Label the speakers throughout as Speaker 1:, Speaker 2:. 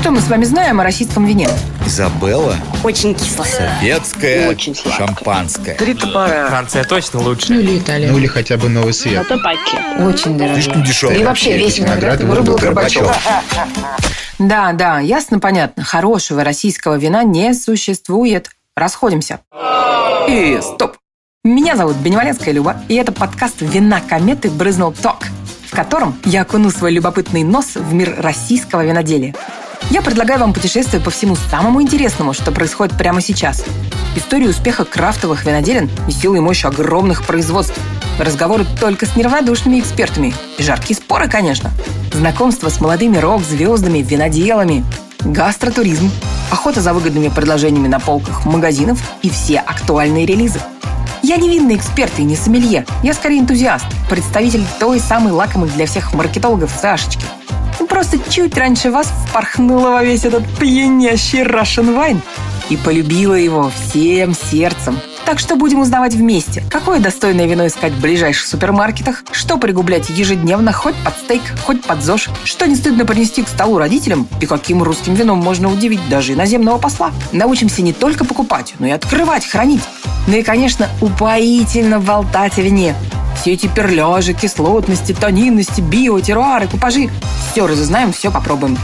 Speaker 1: Что мы с вами знаем о российском вине?
Speaker 2: Изабелла.
Speaker 3: Очень кисло.
Speaker 2: Советское.
Speaker 3: Очень сладкое.
Speaker 2: Шампанское.
Speaker 3: 3 топора.
Speaker 4: Франция точно лучше.
Speaker 1: Ну или Италия.
Speaker 2: Ну или хотя бы Новый Свет.
Speaker 3: Это пакет.
Speaker 1: Очень дорого.
Speaker 2: Слишком дешевый.
Speaker 1: И вообще весь виноград вырубил Горбачев. Да, ясно, понятно. Хорошего российского вина не существует. Расходимся. И стоп. Меня зовут Беневаленская Люба, и это подкаст «Вина кометы брызнул ток», в котором я окуну свой любопытный нос в мир российского виноделия. Я предлагаю вам путешествие по всему самому интересному, что происходит прямо сейчас. Историю успеха крафтовых виноделин и силы и мощь огромных производств. Разговоры только с неравнодушными экспертами. И жаркие споры, конечно. Знакомство с молодыми рок-звездами, виноделами. Гастротуризм. Охота за выгодными предложениями на полках магазинов и все актуальные релизы. Я не винный эксперт и не сомелье. Я скорее энтузиаст, представитель той самой лакомой для всех маркетологов Сашечки. Просто чуть раньше вас впорхнула во весь этот пьянящий Russian wine и полюбила его всем сердцем. Так что будем узнавать вместе, какое достойное вино искать в ближайших супермаркетах, что пригублять ежедневно, хоть под стейк, хоть под ЗОЖ, что не стыдно принести к столу родителям и каким русским вином можно удивить даже иноземного посла. Научимся не только покупать, но и открывать, хранить. Ну и, конечно, упоительно болтать о вине. Все эти перляжи, кислотности, тонинности, био, теруары, купажи. Все разузнаем, все попробуем.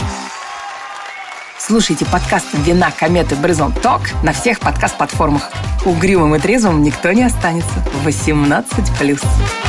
Speaker 1: Слушайте подкаст «Вина кометы брызнул ток» на всех подкаст-платформах. Угрюмым и трезвым никто не останется. 18+.